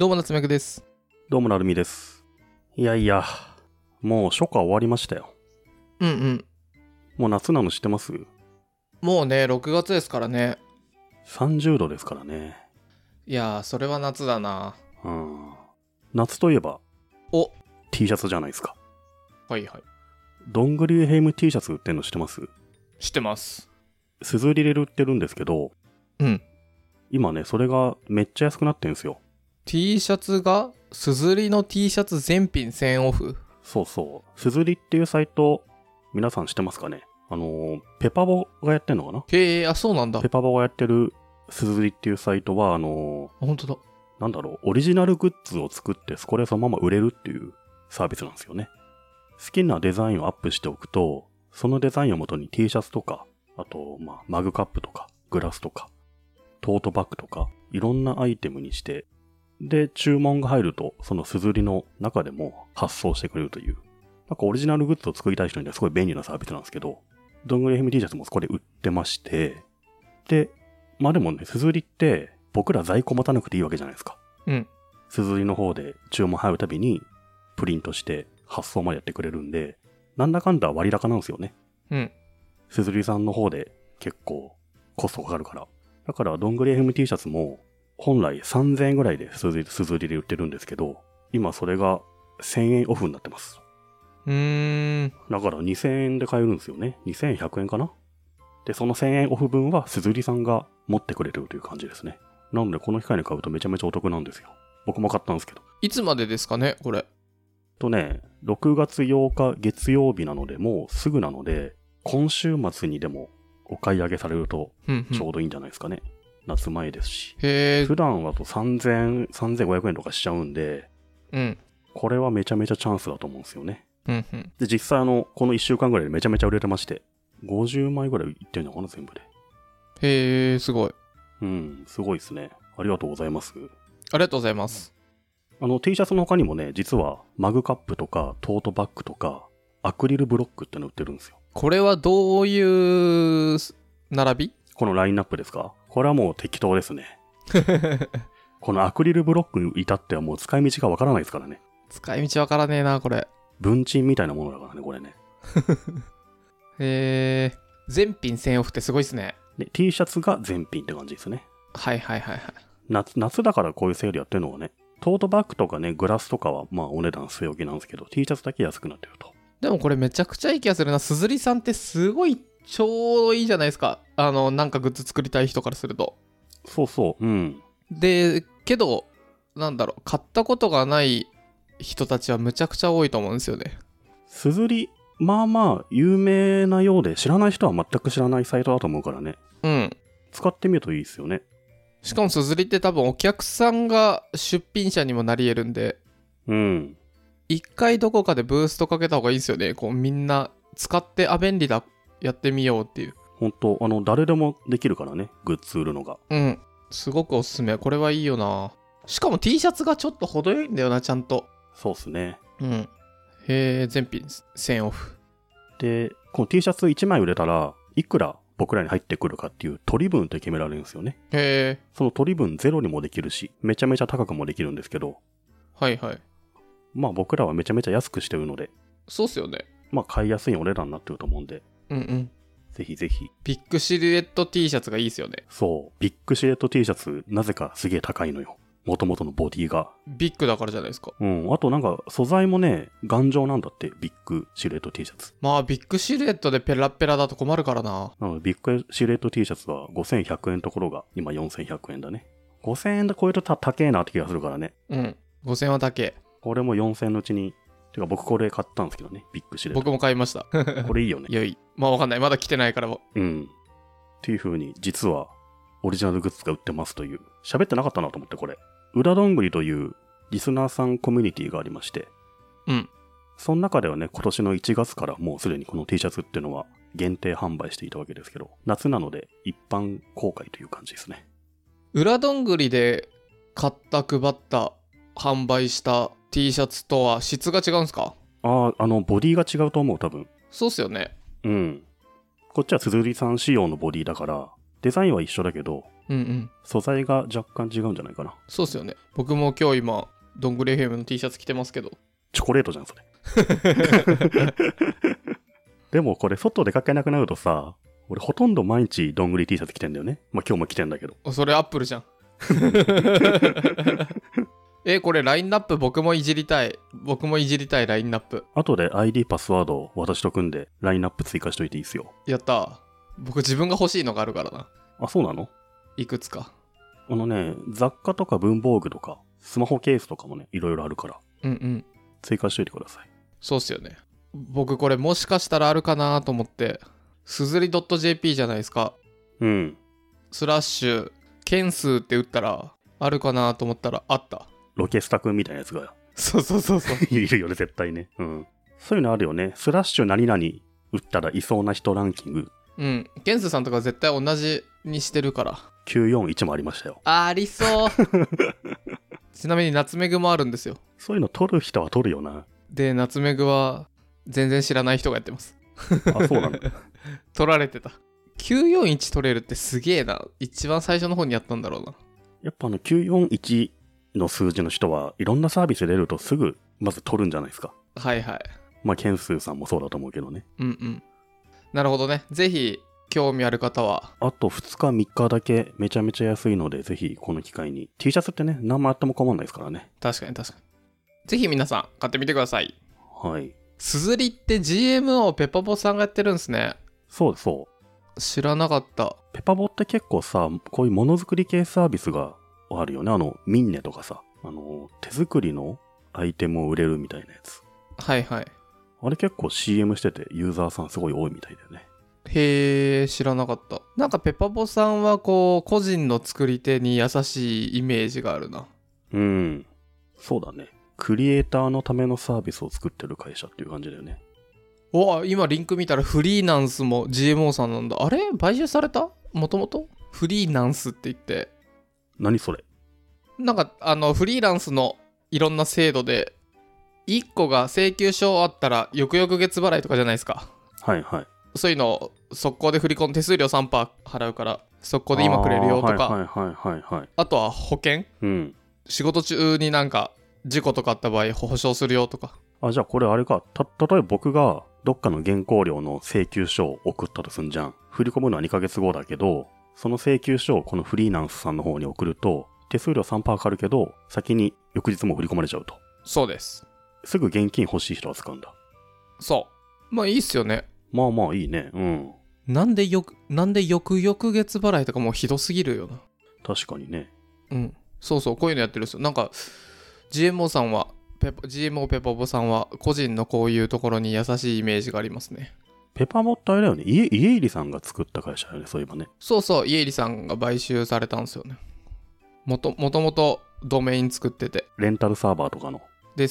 どうも夏目くです。 どうもなるみです。いやいや、もう初夏終わりましたよ。 うんうん。 もう夏なの知ってます？ もうね、6月ですからね。 30度ですからね。 いやー、それは夏だな。 うん。夏といえばお、 T シャツじゃないですか。 はいはい。 どんぐりヘイム T シャツ売ってんの知ってます？ 知ってます。 スズリで売ってるんですけど、 うん。 今ね、それがめっちゃ安くなってんすよ。 T シャツが、すずりの T シャツ全品1000円オフ。 そうそう。スズリっていうサイト、皆さん知ってますかね？ペパボがやってんのかな？ へえ、あ、そうなんだ。 ペパボがやってるスズリっていうサイトは、 ほんとだ。 なんだろう、オリジナルグッズを作って、これそのまま売れるっていうサービスなんですよね。好きなデザインをアップしておくと、そのデザインをもとに T シャツとか、あと、マグカップとか、グラスとか、トートバッグとか、いろんなアイテムにして、で、注文が入ると、そのすずりの中でも発送してくれるという、なんかオリジナルグッズを作りたい人にはすごい便利なサービスなんですけど、どんぐりヘミ T シャツもそこで売ってまして、で、でもね、すずりって僕ら在庫持たなくていいわけじゃないですか。 うん。 すずりの方で注文入るたびにプリントして発送までやってくれるんで、なんだかんだ割高なんですよね。 うん。 すずりさんの方で結構コストかかるから。だからどんぐり FM T シャツも本来3000円ぐらいですずりで売ってるんですけど、今それが1000円オフになってます。だから2000円で買えるんですよね。2100円かな。で、その1000円オフ分はすずりさんが持ってくれるという感じですね。なのでこの機会に買うとめちゃめちゃお得なんですよ。僕も買ったんですけど。 いつまでですかね、これ。 6月8日月曜日なのでもうすぐなので、今週末にでもお買い上げされるとちょうどいいんじゃないですかね。夏前ですし。 へー。 普段はと3500円とかしちゃうんで、 うん。 これはめちゃめちゃチャンスだと思うんですよね。 うんうん。 で、実際この1週間ぐらいでめちゃめちゃ売れてまして、50枚ぐらいいってるのかな、全部で。 へー、すごい。 うん、すごいですね。ありがとうございます。 ありがとうございます。 T シャツの他にもね、実はマグカップとかトートバッグとかアクリルブロックっての売ってるんですよ。 これはどういう並び？ このラインナップですか？これはもう適当ですね。このアクリルブロックに至ってはもう使い道がわからないですからね。 使い道わからねえな、これ。 文鎮みたいなものだからね、これね。 へー。全品1000円オフってすごいっすね。 で、T シャツが全品って感じですね。 はいはいはいはい。 夏だからこういうセールやってるのはね、トートバッグとかね、グラスとかはお値段据え置きなんですけど、T シャツだけ安くなってると。 でもこれめちゃくちゃいい気がするな。すずりさんってすごいちょうどいいじゃないですか。なんかグッズ作りたい人からすると。 そうそう、うん。 で、けど、買ったことがない人たちはむちゃくちゃ多いと思うんですよね。 すずり、有名なようで知らない人は全く知らないサイトだと思うからね。 うん。 使ってみるといいですよね。 しかもすずりって多分お客さんが出品者にもなり得るんで、 うん。 一回どこかでブーストかけた方がいいですよね。こうみんな使って便利だ、やってみようっていう。 本当誰でもできるからね、グッズ売るのが。 うん。すごくおすすめ。これはいいよな。しかも T シャツがちょっと程よいんだよな、ちゃんと。 そうっすね。 うん。へえ、全品1000オフ。 で、この T シャツ1枚売れたら、いくら僕らに入ってくるかっていう取り分って決められるんですよね。 へえ。 その取り分ゼロにもできるし、めちゃめちゃ高くもできるんですけど、 はいはい。 僕らはめちゃめちゃ安くしてるので、 そうっすよね。 買いやすいお値段になってると思うんで、 うんうん。 ぜひぜひ。 ビッグシルエット T シャツがいいっすよね。 そう、ビッグシルエット T シャツ、なぜかすげえ高いのよ。元々のボディが。 ビッグだからじゃないですか。 うん。あとなんか、素材もね、頑丈なんだって、ビッグシルエット T シャツ。 まあ、ビッグシルエットでペラペラだと困るからな。 なので、ビッグシルエット T シャツは5100円のところが、今4100円だね。5000円で超えると高えなって気がするからね。 うん。5000は高え。 これも4000円のうちに、てか僕これ買ったんですけどね、ビッグシルエット。 僕も買いました。 これいいよね。 良い。まあわかんない。まだ来てないからも。 うん。っていう風に、実は、オリジナルグッズが売ってますという。喋ってなかったなと思って、これ。裏どんぐりというリスナーさんコミュニティがありまして。 うん。 その中ではね、今年の1月からもうすでにこの T シャツっていうのは限定販売していたわけですけど、夏なので一般公開という感じですね。 裏どんぐりで買った配った販売した T シャツとは質が違うんすか？ ボディが違うと思う、多分。 そうっすよね。 うん。こっちはつづりさん仕様のボディだから、デザインは一緒だけど、 うんうん。 素材が若干違うんじゃないかな。 そうっすよね。僕も今日今、どんぐり FM の T シャツ着てますけど。 チョコレートじゃん、それ。でもこれ外出かけなくなるとさ、俺ほとんど毎日どんぐり T シャツ着てんだよね。まあ今日も着てんだけど。 それアップルじゃん。これラインナップ僕もいじりたいラインナップ。 後で ID パスワードを私と組んでラインナップ追加しといていいっすよ。 やったー。僕自分が欲しいのがあるからな。 あ、そうなの？ いくつか。 雑貨とか文房具とかスマホケースとかもね、いろいろあるからうんうん。 追加しといてください。 そうっすよね。僕これもしかしたらあるかなと思って、すずり .jp じゃないですか。 うん。 スラッシュ件数って打ったらあるかなと思ったらあった。 ロケスタ君みたいなやつがそういるよね、絶対ね。うん。そういうのあるよね。スラッシュ何々打ったらいそうな人ランキング。 うん。件数さんとか絶対同じにしてるから。 941もありましたよ。 ありそう。ちなみにナツメグもあるんですよ。 そういうの取る人は取るよな。 で、ナツメグは全然知らない人がやってます。 あ、そうなんだ。 取られてた。941取れるってすげえな。一番最初の方にやったんだろうな。 やっぱ941の数字の人はいろんなサービス出るとすぐまず取るんじゃないですか。 はいはい。 まあ、件数さんもそうだと思うけどね。 うんうん。なるほどね。ぜひ興味ある方は。 あと2日3日だけめちゃめちゃ安いので、ぜひこの機会に。T シャツってね、何もあっても困んないですからね。 確かに。ぜひ皆さん買ってみてください。 はい。 すずりって GMO ペパボさんがやってるんですね。 そうそう。 知らなかった。 ペパボって結構さ、こういうものづくり系サービスがあるよね。ミンネとかさ、手作りのアイテムを売れるみたいなやつ。 はいはい。 あれ結構 CM しててユーザーさんすごい多いみたいだよね。 へー、知らなかった。なんかペパボさんはこう個人の作り手に優しいイメージがあるな。 うん。そうだね。クリエイターのためのサービスを作ってる会社っていう感じだよね。 お、今リンク見たらフリーナンスも GMO さんなんだ。あれ買収された？もともとフリーナンスって言って。 何それ？ なんかフリーランスのいろんな制度で1個が請求書あったら翌々月払いとかじゃないですか。 はいはい。 そういうのを速攻で振り込んで手数料 3% 払うから速攻で今くれるよとか。 はい。 あとは保険、 うん。 仕事中になんか事故とかあった場合保証するよとか。 あ、じゃあこれあれか。例えば僕がどっかの原稿料の請求書を送ったとすんじゃん。振り込むのは2ヶ月後だけど、その請求書をこのフリーランスさんの方に送ると、手数料 3% かかるけど、先に翌日も振り込まれちゃうと。 そうです。 すぐ現金欲しい人は使うんだ。 そう。まあいいっすよね。 まあまあいいね。うん。 なんで翌々月払いとかもうひどすぎるよな。 確かにね。 うん。そうそう、こういうのやってるんですよ。なんか GMO さんはGMO ペパボさんは個人のこういうところに優しいイメージがありますね。 ペパボってあれだよね。家入さんが作った会社だよね。そういえばね。 そうそう、家入さんが買収されたんですよね。もともとドメイン作ってて。 レンタルサーバーとかの。 です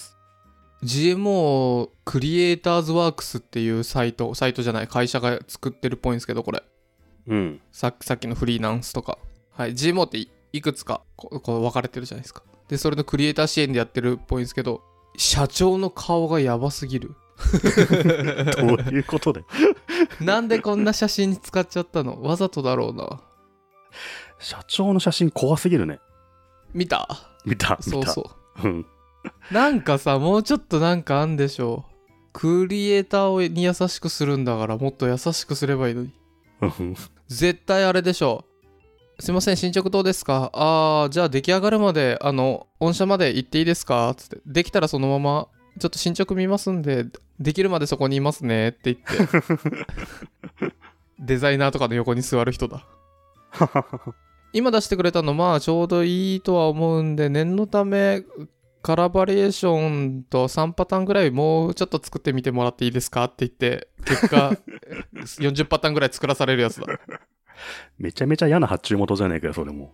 。GMO クリエイターズワークスっていうサイトじゃない、会社が作ってるっぽいんですけど、これ。 うん。 さっきのフリーランスとか。はい。GMO っていくつかこう分かれてるじゃないですか。で、それのクリエイター支援でやってるっぽいんですけど、社長の顔がやばすぎる。 どういうことでなんでこんな写真に使っちゃったの？わざとだろうな。 社長の写真怖すぎるね。 見た。そうそう。 うん。 なんかさ、もうちょっとなんかあんでしょう。クリエイターに優しくするんだからもっと優しくすればいいのに。絶対あれでしょう。すいません、進捗どうですか？じゃあ出来上がるまで御社まで行っていいですか？つって、できたらそのままちょっと進捗見ますんで、できるまでそこにいますねって言ってデザイナーとかの横に座る人だ。今出してくれたのまあちょうどいいとは思うんで、念のためカラーバリエーションと3パターンぐらいもうちょっと作ってみてもらっていいですかって言って結果40パターンぐらい作らされるやつだ。 めちゃめちゃ嫌な発注元じゃねえかよ、それも。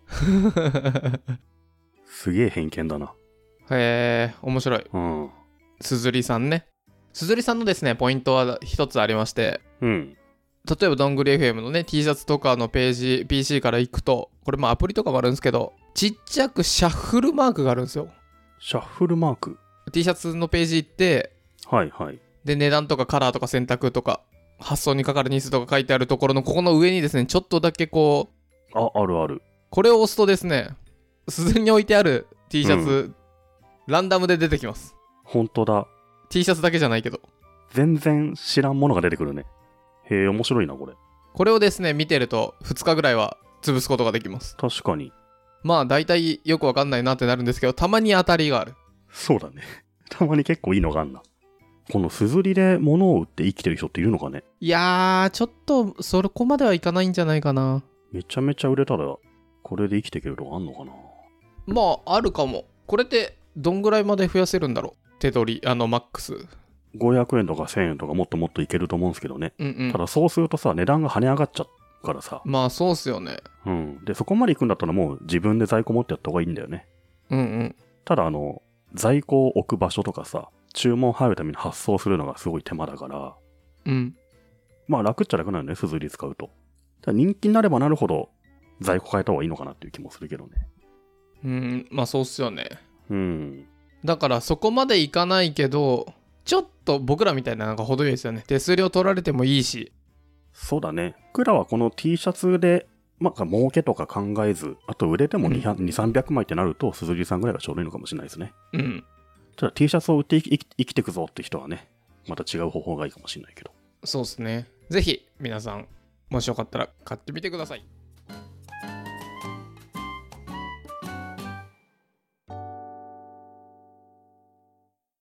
すげえ偏見だな。 へえ、面白い。 うん。 すずりさんね。すずりさんのですね、ポイントは一つありまして、 うん。 例えばどんぐり FM のね T シャツとかのページ PC から行くと、これまあアプリとかもあるんですけど、ちっちゃくシャッフルマークがあるんですよ。 シャッフルマーク？ T シャツのページ行って、 はいはい。 で値段とかカラーとか選択とか発送にかかる日数とか書いてあるところのここの上にですね、ちょっとだけこうあるある。 これを押すとですね、鈴に置いてある T シャツ、ランダムで出てきます。 ほんとだ。 T シャツだけじゃないけど。 全然知らんものが出てくるね。へえ、面白いなこれ。 これをですね見てると2日ぐらいは潰すことができます。 確かに。 まあ大体よくわかんないなってなるんですけど、たまに当たりがある。 そうだね。たまに結構いいのがあんな。このすずりで物を売って生きてる人っているのかね。 いやーちょっとそこまではいかないんじゃないかな。 めちゃめちゃ売れたらこれで生きていけるとかあんのかな。 まああるかも。これってどんぐらいまで増やせるんだろう、手取りマックス。 500円とか1000円とかもっともっといけると思うんですけどね。 ただそうするとさ、値段が跳ね上がっちゃうからさ。 まあそうっすよね。 でそこまで行くんだったらもう自分で在庫持ってやった方がいいんだよね。ただ在庫を置く場所とかさ、注文入るために発送するのがすごい手間だから、まあ楽っちゃ楽なのね、すずり使うと。ただ人気になればなるほど在庫変えた方がいいのかなっていう気もするけどね。 まあそうっすよね。 うんだからそこまでいかないけど、ちょっと僕らみたいなのが程よいですよね。手数料取られてもいいし。 そうだね。僕らはこの T シャツでまあ儲けとか考えず、あと売れても200、300枚ってなるとすずりさんぐらいがちょうどいいのかもしれないですね。ただ T シャツを売って生きていくぞって人はね、また違う方法がいいかもしれないけど。 そうですね。ぜひ皆さんもしよかったら買ってみてください。